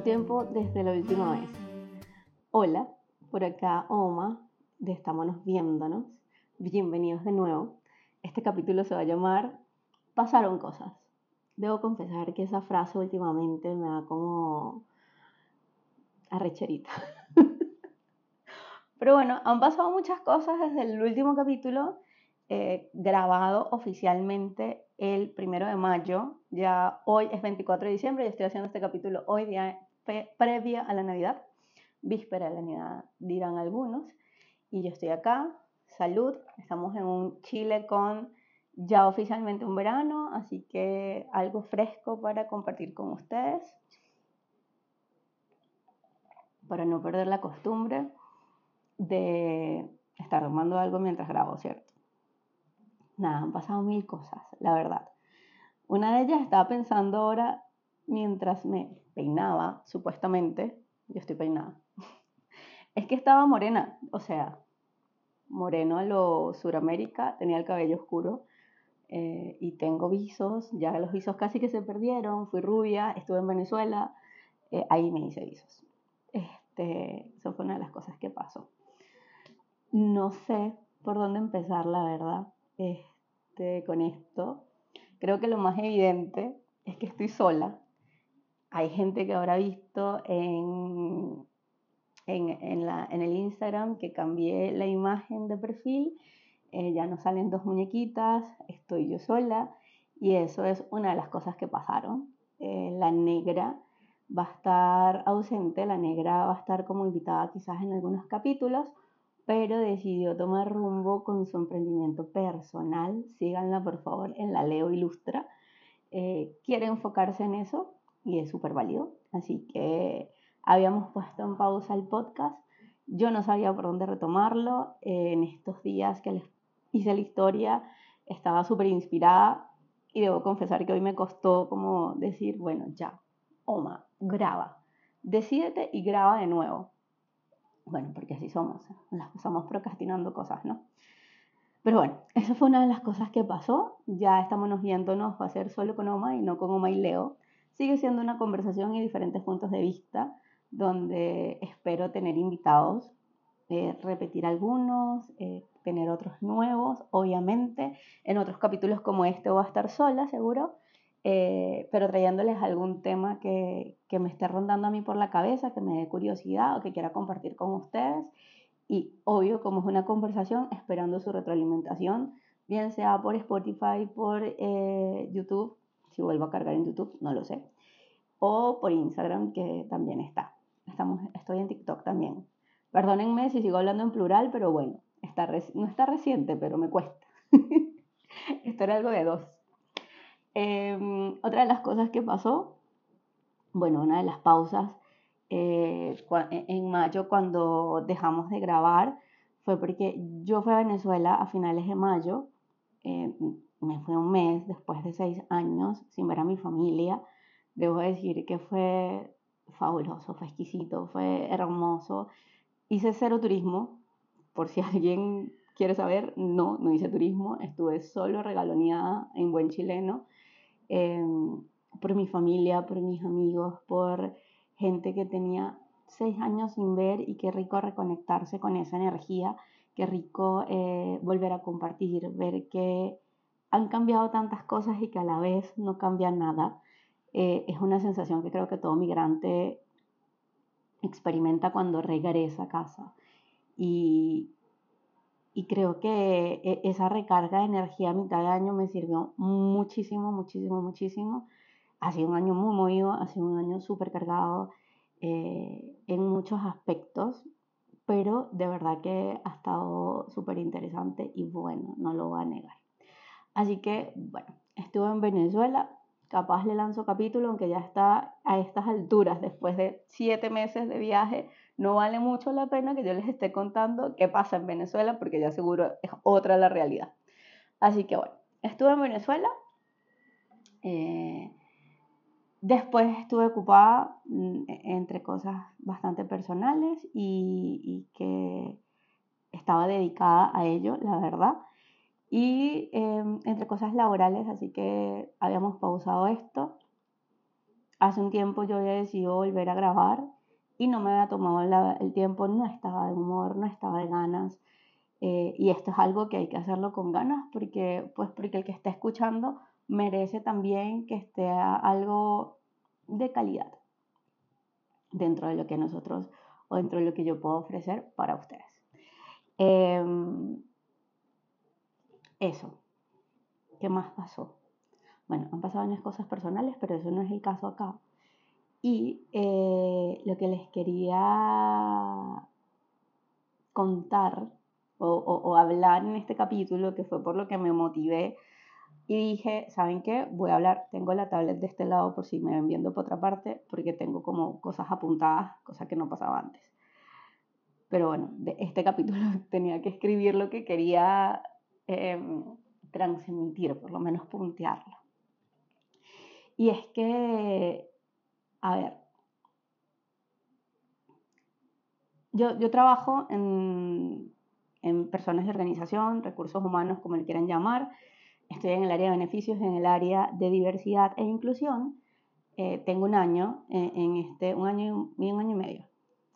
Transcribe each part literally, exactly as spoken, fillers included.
tiempo desde la última vez? Hola, por acá Oma, de Estámonos Viéndonos. Bienvenidos de nuevo. Este capítulo se va a llamar Pasaron cosas. Debo confesar que esa frase últimamente me da como arrecherita. Pero bueno, han pasado muchas cosas desde el último capítulo, eh, grabado oficialmente el primero de mayo. Ya hoy es veinticuatro de diciembre y estoy haciendo este capítulo hoy, día pre- previa a la Navidad. Víspera de la Navidad, dirán algunos. Y yo estoy acá. Salud. Estamos en un Chile con ya oficialmente un verano, así que algo fresco para compartir con ustedes, para no perder la costumbre de estar tomando algo mientras grabo, ¿cierto? Nada, han pasado mil cosas, la verdad. Una de ellas estaba pensando ahora, mientras me peinaba, supuestamente, yo estoy peinada, es que estaba morena, o sea, moreno a lo Suramérica, tenía el cabello oscuro, eh, y tengo visos, ya los visos casi que se perdieron, fui rubia, estuve en Venezuela, eh, ahí me hice visos. Este, eso fue una de las cosas que pasó. No sé por dónde empezar, la verdad, este, con esto. Creo que lo más evidente es que estoy sola. Hay gente que habrá visto en, en, en, la, en el Instagram que cambié la imagen de perfil. Eh, ya no salen dos muñequitas, estoy yo sola. Y eso es una de las cosas que pasaron. Eh, la negra va a estar ausente, la negra va a estar como invitada quizás en algunos capítulos, pero decidió tomar rumbo con su emprendimiento personal. Síganla por favor en La Leo Ilustra. Eh, quiere enfocarse en eso y es súper válido. Así que habíamos puesto en pausa el podcast. Yo no sabía por dónde retomarlo. Eh, en estos días que les hice la historia estaba súper inspirada y debo confesar que hoy me costó como decir, bueno, ya, Oma, graba. Decídete y graba de nuevo. Bueno, porque así somos, las pasamos procrastinando cosas, ¿no? Pero bueno, esa fue una de las cosas que pasó. Ya estamos viéndonos, va a ser solo con Oma y no con Oma y Leo. Sigue siendo una conversación y diferentes puntos de vista, donde espero tener invitados, eh, repetir algunos, eh, tener otros nuevos, obviamente. En otros capítulos como este voy a estar sola, seguro, eh, pero trayéndoles algún tema que, que me esté rondando a mí por la cabeza, que me dé curiosidad o que quiera compartir con ustedes. Y obvio, como es una conversación, esperando su retroalimentación, bien sea por Spotify, por eh, YouTube, si vuelvo a cargar en YouTube, no lo sé, o por Instagram, que también está. Estamos, estoy en TikTok también. Perdónenme si sigo hablando en plural, pero bueno, está no está reciente, pero me cuesta. Esto era algo de dos. Eh, otra de las cosas que pasó, bueno, una de las pausas eh, en mayo cuando dejamos de grabar fue porque yo fui a Venezuela a finales de mayo, eh, me fui un mes después de seis años sin ver a mi familia. Debo decir que fue fabuloso, fue exquisito, fue hermoso. Hice cero turismo, por si alguien quiere saber, no, no hice turismo, estuve solo regaloneada en buen chileno, eh, por mi familia, por mis amigos, por gente que tenía seis años sin ver y qué rico reconectarse con esa energía, qué rico eh, volver a compartir, ver que han cambiado tantas cosas y que a la vez no cambia nada. Eh, es una sensación que creo que todo migrante experimenta cuando regresa a casa. Y, y creo que esa recarga de energía a mitad de año me sirvió muchísimo, muchísimo, muchísimo. Ha sido un año muy movido, ha sido un año súper cargado eh, en muchos aspectos, pero de verdad que ha estado súper interesante y bueno, no lo voy a negar. Así que, bueno, estuve en Venezuela, capaz le lanzo capítulo, aunque ya está a estas alturas, después de siete meses de viaje, no vale mucho la pena que yo les esté contando qué pasa en Venezuela, porque ya seguro es otra la realidad. Así que bueno, estuve en Venezuela, eh, después estuve ocupada mm, entre cosas bastante personales y, y que estaba dedicada a ello, la verdad. Y eh, entre cosas laborales, así que habíamos pausado esto. hace un tiempo yo había decidido volver a grabar y no me había tomado la, el tiempo, no estaba de humor, no estaba de ganas. Eh, y esto es algo que hay que hacerlo con ganas porque, pues porque el que está escuchando merece también que esté algo de calidad dentro de lo que nosotros o dentro de lo que yo puedo ofrecer para ustedes. Eh, eso. ¿Qué más pasó? Bueno, han pasado unas cosas personales, pero eso no es el caso acá. Y eh, lo que les quería contar o, o, o hablar en este capítulo, que fue por lo que me motivé y dije, ¿saben qué? Voy a hablar, tengo la tablet de este lado por si me ven viendo por otra parte, porque tengo como cosas apuntadas, cosas que no pasaba antes. Pero bueno, de este capítulo tenía que escribir lo que quería eh, transmitir, por lo menos puntearlo. Y es que, a ver, yo, yo trabajo en, en personas de organización, recursos humanos, como le quieran llamar. Estoy en el área de beneficios, en el área de diversidad e inclusión. Eh, tengo un año, eh, en este, un año y un año y medio,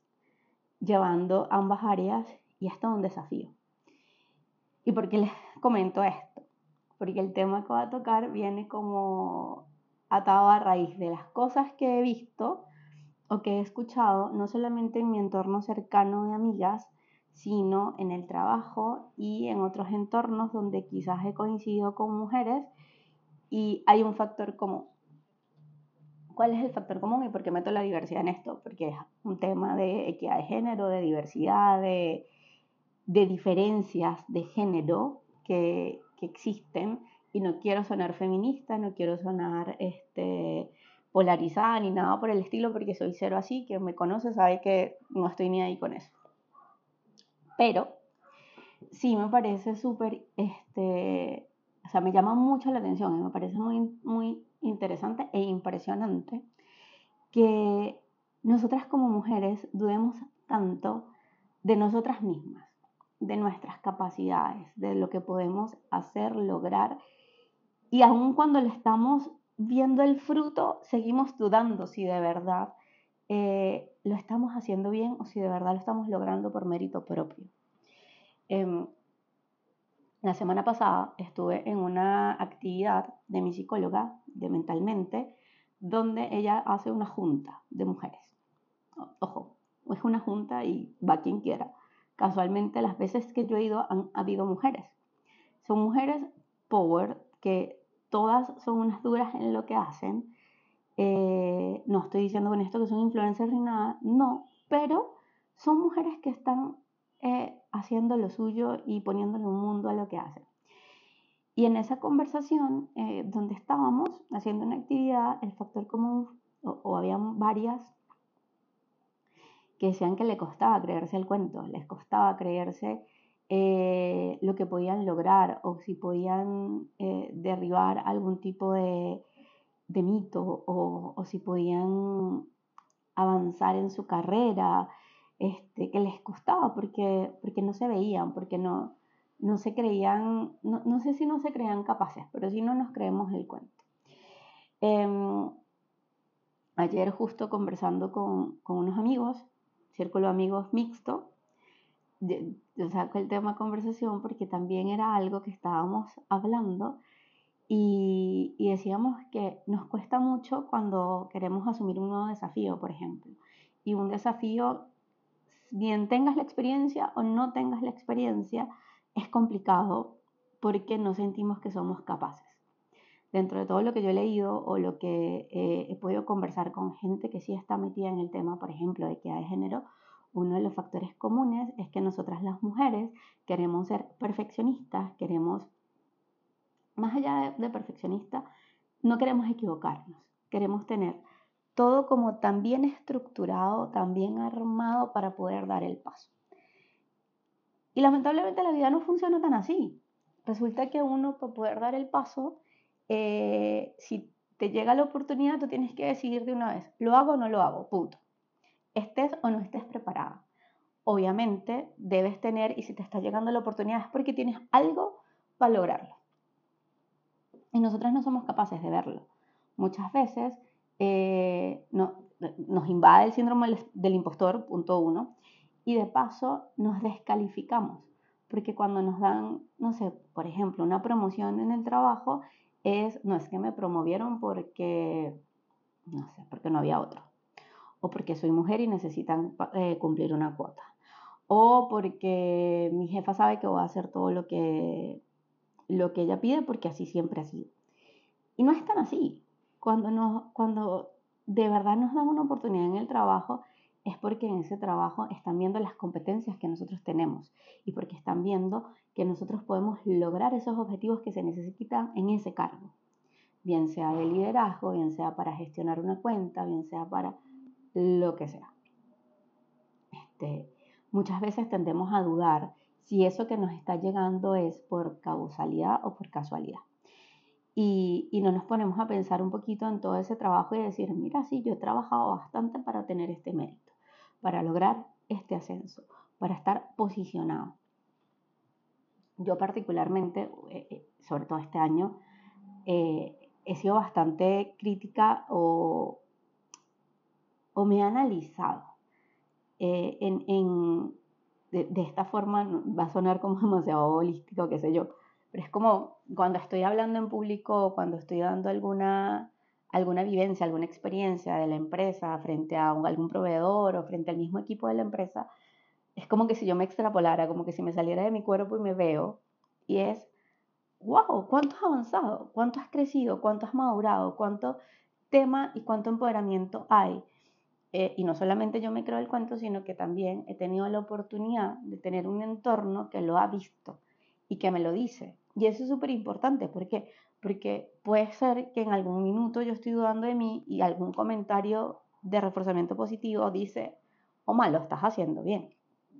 llevando ambas áreas y esto es un desafío. ¿Y por qué les comento esto? Porque el tema que voy a tocar viene como atado a raíz de las cosas que he visto o que he escuchado, no solamente en mi entorno cercano de amigas, sino en el trabajo y en otros entornos donde quizás he coincidido con mujeres y hay un factor común. ¿Cuál es el factor común y por qué meto la diversidad en esto? Porque es un tema de equidad de género, de diversidad, de, de diferencias de género que, que existen y no quiero sonar feminista, no quiero sonar este, polarizada ni nada por el estilo porque soy cero así, quien me conoce sabe que no estoy ni ahí con eso. Pero sí me parece súper, este, o sea, me llama mucho la atención y me parece muy, muy interesante e impresionante que nosotras como mujeres dudemos tanto de nosotras mismas, de nuestras capacidades, de lo que podemos hacer, lograr. Y aun cuando le estamos viendo el fruto, seguimos dudando si de verdad eh, lo estamos haciendo bien o si de verdad lo estamos logrando por mérito propio. Eh, la semana pasada estuve en una actividad de mi psicóloga, de Mentalmente, donde ella hace una junta de mujeres. Ojo, es una junta y va quien quiera. Casualmente las veces que yo he ido han habido mujeres. Son mujeres power que todas son unas duras en lo que hacen. Eh, no estoy diciendo con esto que son influencers ni nada, no, pero son mujeres que están eh, haciendo lo suyo y poniéndole un mundo a lo que hacen. Y en esa conversación eh, donde estábamos haciendo una actividad, el factor común, o, o habían varias que decían que le costaba creerse el cuento, les costaba creerse eh, lo que podían lograr o si podían eh, derribar algún tipo de, de mito o, o, si podían avanzar en su carrera, este, que les costaba porque, porque no se veían, porque no, no se creían, no, no sé si no se creían capaces, pero si no nos creemos el cuento. Eh, ayer justo conversando con, con unos amigos, círculo de amigos mixto, yo saco el tema de conversación porque también era algo que estábamos hablando y, y decíamos que nos cuesta mucho cuando queremos asumir un nuevo desafío, por ejemplo. Y un desafío, bien tengas la experiencia o no tengas la experiencia, es complicado porque no sentimos que somos capaces. Dentro de todo lo que yo he leído o lo que eh, he podido conversar con gente que sí está metida en el tema, por ejemplo, de equidad de género, uno de los factores comunes es que nosotras las mujeres queremos ser perfeccionistas, queremos, más allá de, de perfeccionista, no queremos equivocarnos, queremos tener todo como tan bien estructurado, tan bien armado para poder dar el paso. Y lamentablemente la vida no funciona tan así. Resulta que uno para poder dar el paso, eh, si te llega la oportunidad, tú tienes que decidir de una vez, ¿lo hago o no lo hago? Punto. Estés o no estés preparada. Obviamente debes tener, y si te está llegando la oportunidad es porque tienes algo para lograrlo. Y nosotras no somos capaces de verlo. Muchas veces eh, no, nos invade el síndrome del, del impostor, punto uno, y de paso nos descalificamos, porque cuando nos dan, no sé, por ejemplo, una promoción en el trabajo, es, no es que me promovieron porque, no sé, porque no había otro, o porque soy mujer y necesitan eh, cumplir una cuota, o porque mi jefa sabe que voy a hacer todo lo que, lo que ella pide porque así siempre ha sido. Y no es tan así. Cuando, nos, cuando de verdad nos dan una oportunidad en el trabajo, es porque en ese trabajo están viendo las competencias que nosotros tenemos y porque están viendo que nosotros podemos lograr esos objetivos que se necesitan en ese cargo. Bien sea de liderazgo, bien sea para gestionar una cuenta, bien sea para lo que sea. Este, muchas veces tendemos a dudar si eso que nos está llegando es por causalidad o por casualidad. Y, y no nos ponemos a pensar un poquito en todo ese trabajo y decir, mira, sí, yo he trabajado bastante para tener este mérito, para lograr este ascenso, para estar posicionado. Yo particularmente, eh, sobre todo este año, eh, he sido bastante crítica o, o me he analizado eh, en, en de, de esta forma. Va a sonar como demasiado holístico, qué sé yo, pero es como cuando estoy hablando en público, cuando estoy dando alguna, alguna vivencia, alguna experiencia de la empresa frente a un, algún proveedor o frente al mismo equipo de la empresa, es como que si yo me extrapolara, como que si me saliera de mi cuerpo y me veo, y es, wow, ¿cuánto has avanzado? ¿Cuánto has crecido? ¿Cuánto has madurado? ¿Cuánto tema y cuánto empoderamiento hay? Eh, y no solamente yo me creo el cuento, sino que también he tenido la oportunidad de tener un entorno que lo ha visto y que me lo dice. Y eso es súper importante. ¿Por qué? Porque puede ser que en algún minuto yo estoy dudando de mí y algún comentario de reforzamiento positivo dice, Oma, lo estás haciendo bien.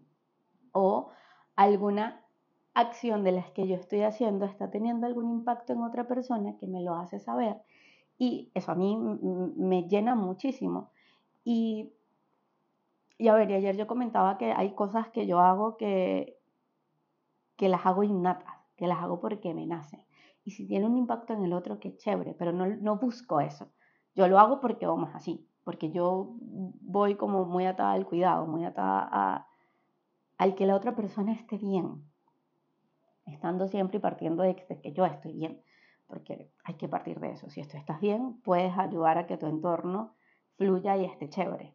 O alguna acción de las que yo estoy haciendo está teniendo algún impacto en otra persona que me lo hace saber. Y eso a mí me llena muchísimo. Y, y a ver, y ayer yo comentaba que hay cosas que yo hago que, que las hago innatas, que las hago porque me nacen. Y si tiene un impacto en el otro, qué chévere, pero no, no busco eso. Yo lo hago porque vamos así, porque yo voy como muy atada al cuidado, muy atada a, al que la otra persona esté bien, estando siempre y partiendo de que, de que yo estoy bien, porque hay que partir de eso. Si tú estás bien, puedes ayudar a que tu entorno fluya y esté chévere.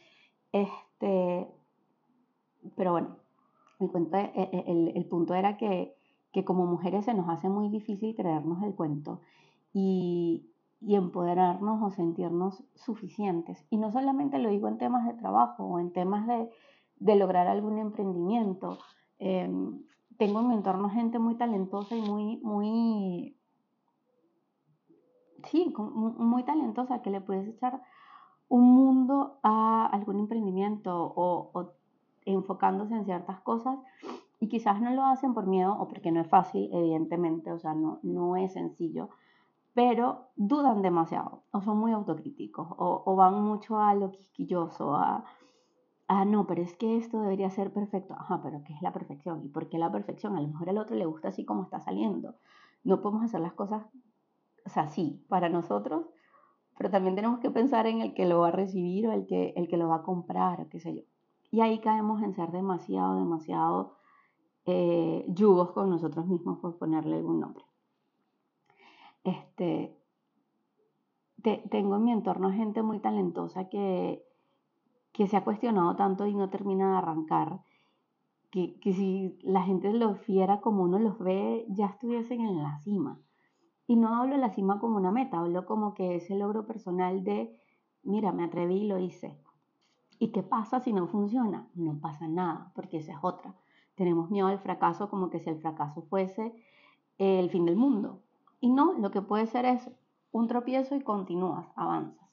Este, pero bueno, el, cuento, el, el, el punto era que, que como mujeres se nos hace muy difícil creernos el cuento y, y empoderarnos o sentirnos suficientes. Y no solamente lo digo en temas de trabajo o en temas de, de lograr algún emprendimiento. Eh, tengo en mi entorno gente muy talentosa y muy, muy, sí, muy talentosa que le puedes echar un mundo a algún emprendimiento o, o enfocándose en ciertas cosas y quizás no lo hacen por miedo o porque no es fácil, evidentemente, o sea, no, no es sencillo, pero dudan demasiado o son muy autocríticos o, o van mucho a lo quisquilloso, a, a no, pero es que esto debería ser perfecto. Ajá, pero ¿qué es la perfección? ¿Y por qué la perfección? A lo mejor al otro le gusta así como está saliendo. No podemos hacer las cosas, o sea, sí, para nosotros, pero también tenemos que pensar en el que lo va a recibir o el que, el que lo va a comprar o qué sé yo. Y ahí caemos en ser demasiado, demasiado eh, yugos con nosotros mismos, por ponerle algún nombre. Este, te, tengo en mi entorno gente muy talentosa que, que se ha cuestionado tanto y no termina de arrancar, que, que si la gente los viera como uno los ve, ya estuviesen en la cima. Y no hablo de la cima como una meta, hablo como que ese logro personal de, mira, me atreví y lo hice. ¿Y qué pasa si no funciona? No pasa nada, porque esa es otra. Tenemos miedo al fracaso como que si el fracaso fuese el fin del mundo. Y no, lo que puede ser es un tropiezo y continúas, avanzas.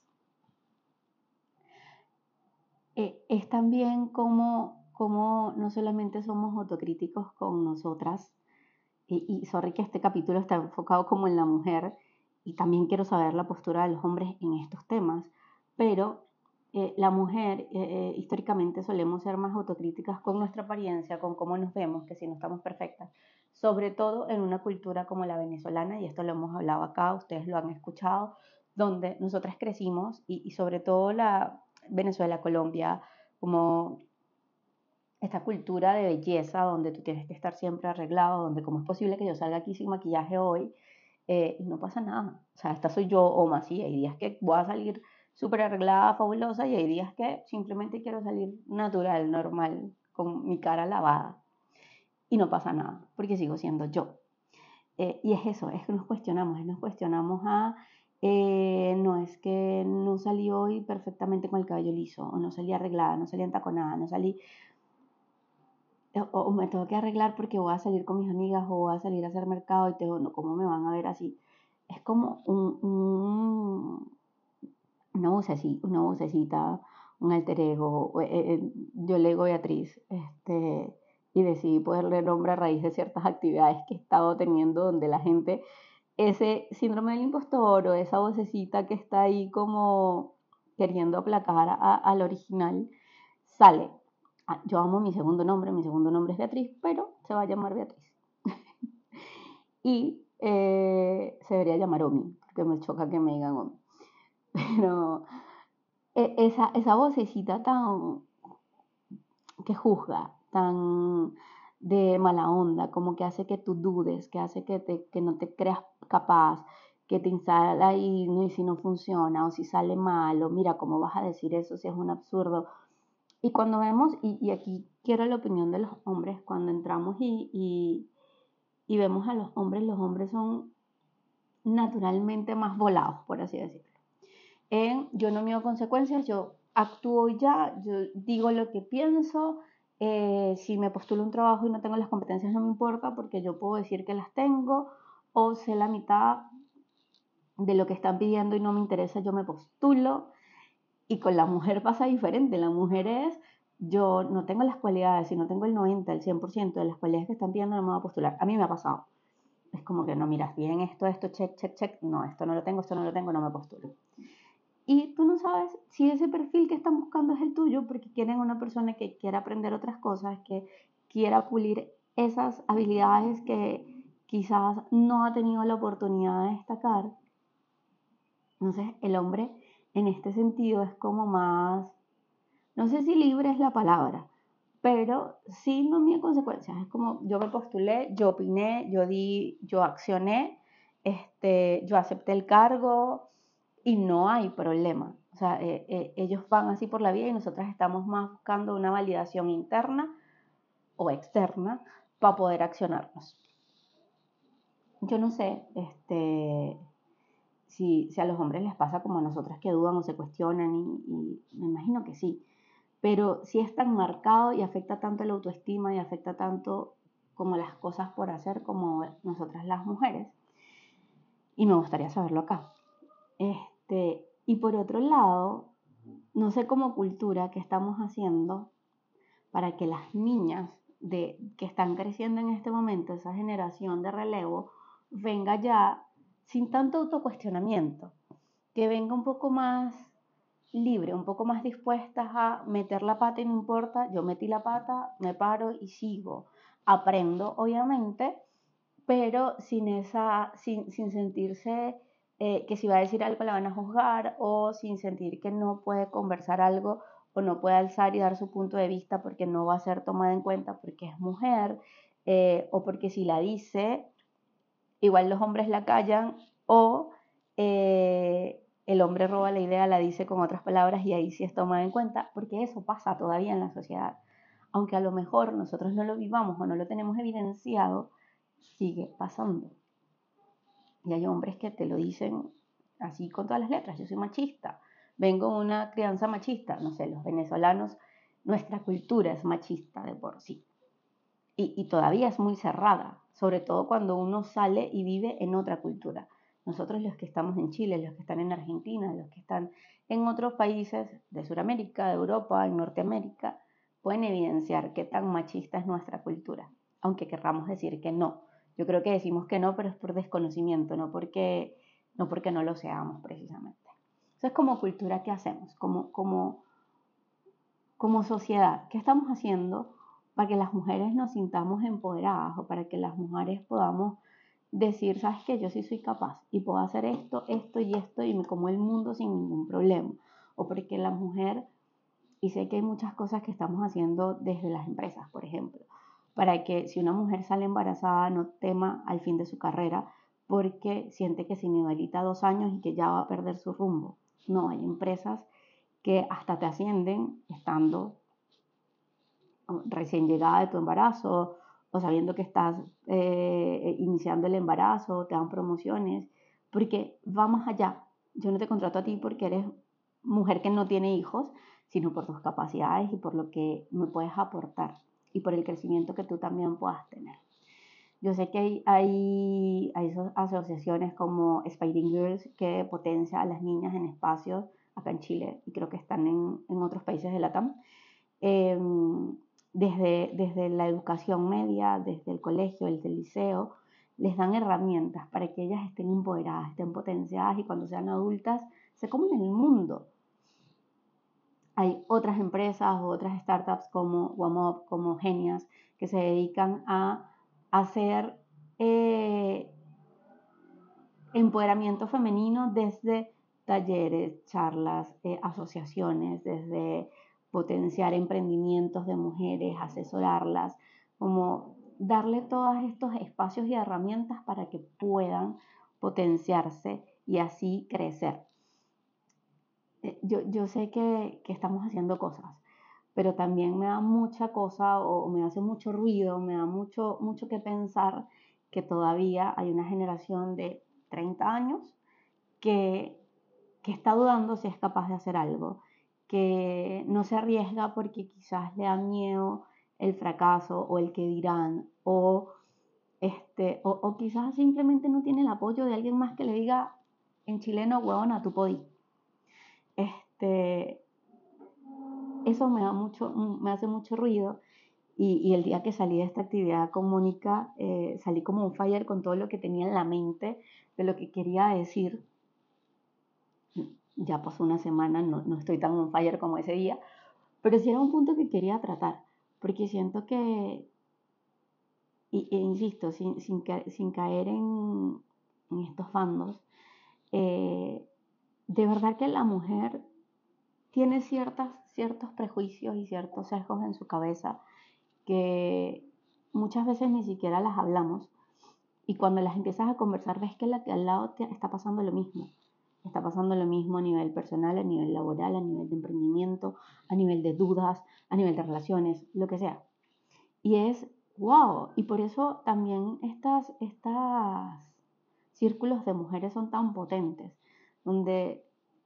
Eh, es también como, como no solamente somos autocríticos con nosotras, y, y sorry que este capítulo está enfocado como en la mujer, y también quiero saber la postura de los hombres en estos temas, pero eh, la mujer eh, eh, históricamente solemos ser más autocríticas con nuestra apariencia, con cómo nos vemos, que si no estamos perfectas, sobre todo en una cultura como la venezolana, y esto lo hemos hablado acá, ustedes lo han escuchado, donde nosotras crecimos y, y sobre todo la Venezuela, Colombia, como esta cultura de belleza donde tú tienes que estar siempre arreglado, donde cómo es posible que yo salga aquí sin maquillaje hoy eh, y no pasa nada. O sea, esta soy yo o más, sí, hay días que voy a salir súper arreglada, fabulosa y hay días que simplemente quiero salir natural, normal, con mi cara lavada y no pasa nada porque sigo siendo yo. Eh, y es eso, es que nos cuestionamos, es nos cuestionamos a, eh, no es que no salí hoy perfectamente con el cabello liso, o no salí arreglada, no salí entaconada, no salí, o, o me tengo que arreglar porque voy a salir con mis amigas o voy a salir a hacer mercado y tengo, no, ¿cómo me van a ver así? Es como un, un, una, vocecita, una vocecita, un alter ego. Eh, eh, yo le digo Beatriz, este, y decidí ponerle nombre a raíz de ciertas actividades que he estado teniendo donde la gente ese síndrome del impostor o esa vocecita que está ahí como queriendo aplacar a, al original, sale. Ah, yo amo mi segundo nombre, mi segundo nombre es Beatriz, pero se va a llamar Beatriz. Y eh, se debería llamar Omi, porque me choca que me digan Omi. Pero e, esa, esa vocecita tan que juzga, tan de mala onda, como que hace que tú dudes, que hace que, te, que no te creas capaz, que te instala ahí, no, y si no funciona, o si sale mal, o mira, ¿cómo vas a decir eso si es un absurdo? Y cuando vemos, y, y aquí quiero la opinión de los hombres, cuando entramos y, y, y vemos a los hombres, los hombres son naturalmente más volados, por así decirlo. En yo no mido consecuencias, yo actúo ya, yo digo lo que pienso, eh, si me postulo un trabajo y no tengo las competencias no me importa porque yo puedo decir que las tengo o sé la mitad de lo que están pidiendo y no me interesa, yo me postulo. Y con la mujer pasa diferente, la mujer es, yo no tengo las cualidades, si no tengo el noventa, el cien por ciento de las cualidades que están pidiendo no me voy a postular. A mí me ha pasado. Es como que no, miras bien esto, esto, check, check, check, no, esto no lo tengo, esto no lo tengo, no me postulo. Y tú no sabes si ese perfil que están buscando es el tuyo porque quieren una persona que quiera aprender otras cosas, que quiera pulir esas habilidades que quizás no ha tenido la oportunidad de destacar. Entonces el hombre en este sentido es como más, no sé si libre es la palabra, pero sí no mide consecuencias. Es como yo me postulé, yo opiné, yo di, yo accioné, este, yo acepté el cargo y no hay problema. O sea, eh, eh, ellos van así por la vida y nosotras estamos más buscando una validación interna o externa para poder accionarnos. Yo no sé este, si, si a los hombres les pasa como a nosotras que dudan o se cuestionan y, y me imagino que sí. Pero si es tan marcado y afecta tanto la autoestima y afecta tanto como las cosas por hacer como nosotras las mujeres. Y me gustaría saberlo acá. Este, y por otro lado, no sé como cultura qué estamos haciendo para que las niñas de, que están creciendo en este momento, esa generación de relevo, venga ya sin tanto autocuestionamiento, que venga un poco más libre, un poco más dispuestas a meter la pata y no importa, yo metí la pata, me paro y sigo. Aprendo, obviamente, pero sin, esa, sin, sin sentirse eh, que si va a decir algo la van a juzgar o sin sentir que no puede conversar algo o no puede alzar y dar su punto de vista porque no va a ser tomada en cuenta porque es mujer eh, o porque si la dice, igual los hombres la callan o eh, el hombre roba la idea, la dice con otras palabras y ahí sí es tomada en cuenta porque eso pasa todavía en la sociedad. Aunque a lo mejor nosotros no lo vivamos o no lo tenemos evidenciado, sigue pasando. Y hay hombres que te lo dicen así con todas las letras, yo soy machista, vengo de una crianza machista, no sé, los venezolanos, nuestra cultura es machista de por sí. Y, y todavía es muy cerrada, sobre todo cuando uno sale y vive en otra cultura. Nosotros los que estamos en Chile, los que están en Argentina, los que están en otros países de Sudamérica, de Europa, en Norteamérica, pueden evidenciar qué tan machista es nuestra cultura, aunque querramos decir que no. Yo creo que decimos que no, pero es por desconocimiento, no porque no, porque no lo seamos precisamente. Entonces, como cultura, ¿qué hacemos? Como, como, como sociedad, ¿qué estamos haciendo para que las mujeres nos sintamos empoderadas o para que las mujeres podamos decir, ¿sabes qué? Yo sí soy capaz y puedo hacer esto, esto y esto y me como el mundo sin ningún problema. O porque la mujer, y sé que hay muchas cosas que estamos haciendo desde las empresas, por ejemplo, para que si una mujer sale embarazada no tema al fin de su carrera porque siente que se inhabilita dos años y que ya va a perder su rumbo. No, hay empresas que hasta te ascienden estando recién llegada de tu embarazo o sabiendo que estás eh, iniciando el embarazo, te dan promociones, porque va más allá. Yo no te contrato a ti porque eres mujer que no tiene hijos, sino por tus capacidades y por lo que me puedes aportar y por el crecimiento que tú también puedas tener. Yo sé que hay, hay, hay asociaciones como Spiring Girls que potencia a las niñas en espacios acá en Chile y creo que están en, en otros países de Latam. Eh, desde, desde la educación media, desde el colegio, desde el liceo, les dan herramientas para que ellas estén empoderadas, estén potenciadas y cuando sean adultas se coman el mundo. Hay otras empresas o otras startups como WAMOP, como Genias, que se dedican a hacer eh, empoderamiento femenino desde talleres, charlas, eh, asociaciones, desde potenciar emprendimientos de mujeres, asesorarlas, como darle todos estos espacios y herramientas para que puedan potenciarse y así crecer. Yo, yo sé que, que estamos haciendo cosas, pero también me da mucha cosa o me hace mucho ruido, me da mucho, mucho que pensar que todavía hay una generación de treinta años que, que está dudando si es capaz de hacer algo, que no se arriesga porque quizás le da miedo el fracaso o el que dirán, o, este, o, o quizás simplemente no tiene el apoyo de alguien más que le diga en chileno, huevona, tú podí. Este, eso me da mucho, me hace mucho ruido. Y, y el día que salí de esta actividad con Mónica, eh, salí como un fire con todo lo que tenía en la mente, de lo que quería decir. Ya pasó una semana, no, no estoy tan on fire como ese día, pero sí era un punto que quería tratar, porque siento que, y, e insisto, sin, sin, ca, sin caer en, en estos bandos, eh, de verdad que la mujer tiene ciertas, ciertos prejuicios y ciertos sesgos en su cabeza que muchas veces ni siquiera las hablamos y cuando las empiezas a conversar ves que la que al lado te está pasando lo mismo. Está pasando lo mismo a nivel personal, a nivel laboral, a nivel de emprendimiento, a nivel de dudas, a nivel de relaciones, lo que sea. Y es wow. Y por eso también estas, estas círculos de mujeres son tan potentes, donde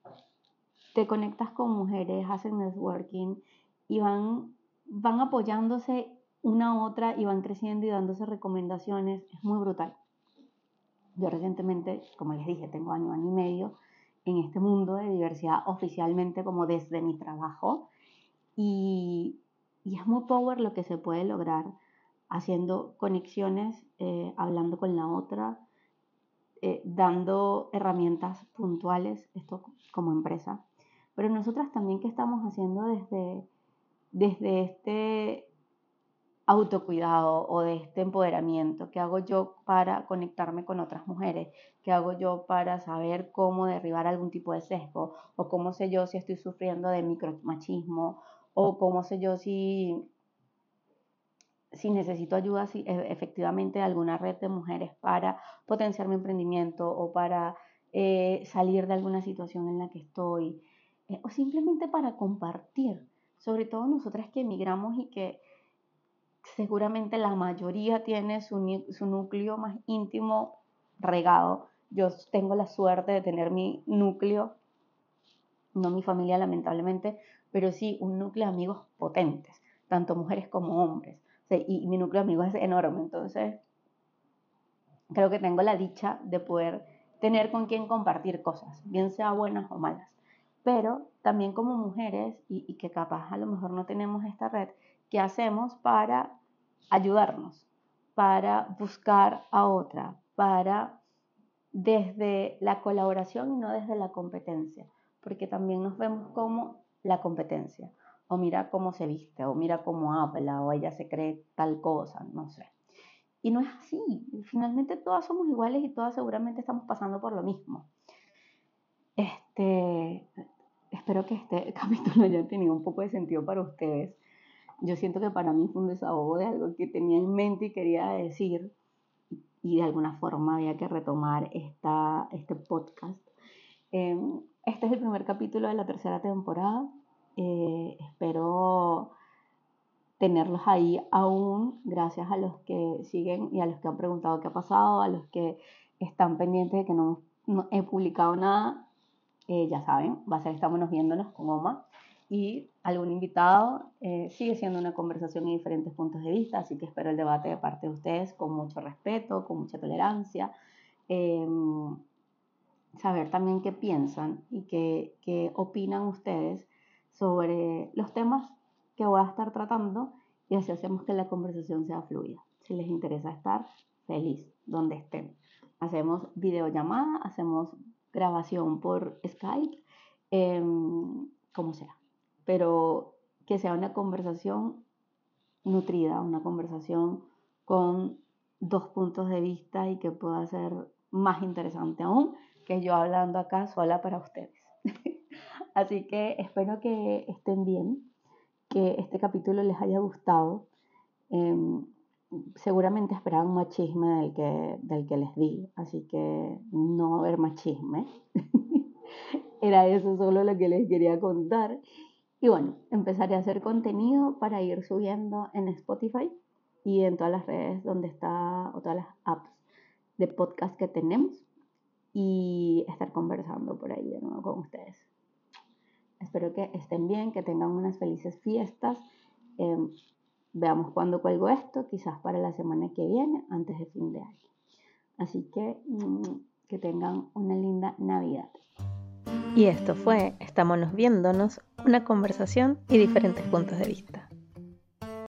te conectas con mujeres, hacen networking y van, van apoyándose una a otra y van creciendo y dándose recomendaciones. Es muy brutal. Yo recientemente, como les dije, tengo año, año y medio en este mundo de diversidad oficialmente como desde mi trabajo y, y es muy power lo que se puede lograr haciendo conexiones, eh, hablando con la otra, eh, dando herramientas puntuales, esto como empresa. Pero nosotras también, ¿qué estamos haciendo desde, desde este autocuidado o de este empoderamiento? ¿Qué hago yo para conectarme con otras mujeres? ¿Qué hago yo para saber cómo derribar algún tipo de sesgo? ¿O cómo sé yo si estoy sufriendo de micromachismo? ¿O cómo sé yo si, si necesito ayuda si, efectivamente de alguna red de mujeres para potenciar mi emprendimiento o para eh, salir de alguna situación en la que estoy? Eh, o simplemente para compartir, sobre todo nosotras que emigramos y que seguramente la mayoría tiene su, su núcleo más íntimo regado. Yo tengo la suerte de tener mi núcleo, no mi familia lamentablemente, pero sí un núcleo de amigos potentes, tanto mujeres como hombres. O sea, y, y mi núcleo de amigos es enorme, entonces creo que tengo la dicha de poder tener con quien compartir cosas, bien sea buenas o malas. Pero también como mujeres, y, y que capaz a lo mejor no tenemos esta red, ¿qué hacemos para ayudarnos, para buscar a otra, para desde la colaboración y no desde la competencia? Porque también nos vemos como la competencia, o mira cómo se viste, o mira cómo habla, o ella se cree tal cosa, no sé. y no es así. Finalmente todas somos iguales y todas seguramente estamos pasando por lo mismo. Este, espero que este capítulo haya tenido un poco de sentido para ustedes. Yo siento que para mí fue un desahogo de algo que tenía en mente y quería decir, y de alguna forma había que retomar esta, este podcast. Eh, este es el primer capítulo de la tercera temporada. Eh, espero tenerlos ahí aún, gracias a los que siguen y a los que han preguntado qué ha pasado, a los que están pendientes de que no, no he publicado nada. Eh, ya saben, va a ser Estámonos Viéndonos con Oma y algún invitado. Eh, sigue siendo una conversación y diferentes puntos de vista, así que espero el debate de parte de ustedes con mucho respeto, con mucha tolerancia. Eh, saber también qué piensan y qué, qué opinan ustedes sobre los temas que voy a estar tratando, y así hacemos que la conversación sea fluida. Si les interesa estar, feliz, donde estén. Hacemos videollamada, hacemos grabación por Skype, eh, como sea. Pero que sea una conversación nutrida, una conversación con dos puntos de vista y que pueda ser más interesante aún que yo hablando acá sola para ustedes. Así que espero que estén bien, que este capítulo les haya gustado. Eh, seguramente esperaban más chisme del que, del que les di, así que no va a haber más chisme. Era eso solo lo que les quería contar. Y bueno, empezaré a hacer contenido para ir subiendo en Spotify y en todas las redes donde está, o todas las apps de podcast que tenemos, y estar conversando por ahí de nuevo con ustedes. Espero que estén bien, que tengan unas felices fiestas. Eh, veamos cuándo cuelgo esto, quizás para la semana que viene, antes de fin de año. Así que que tengan una linda Navidad. Y esto fue Estámonos Viéndonos, una conversación y diferentes puntos de vista.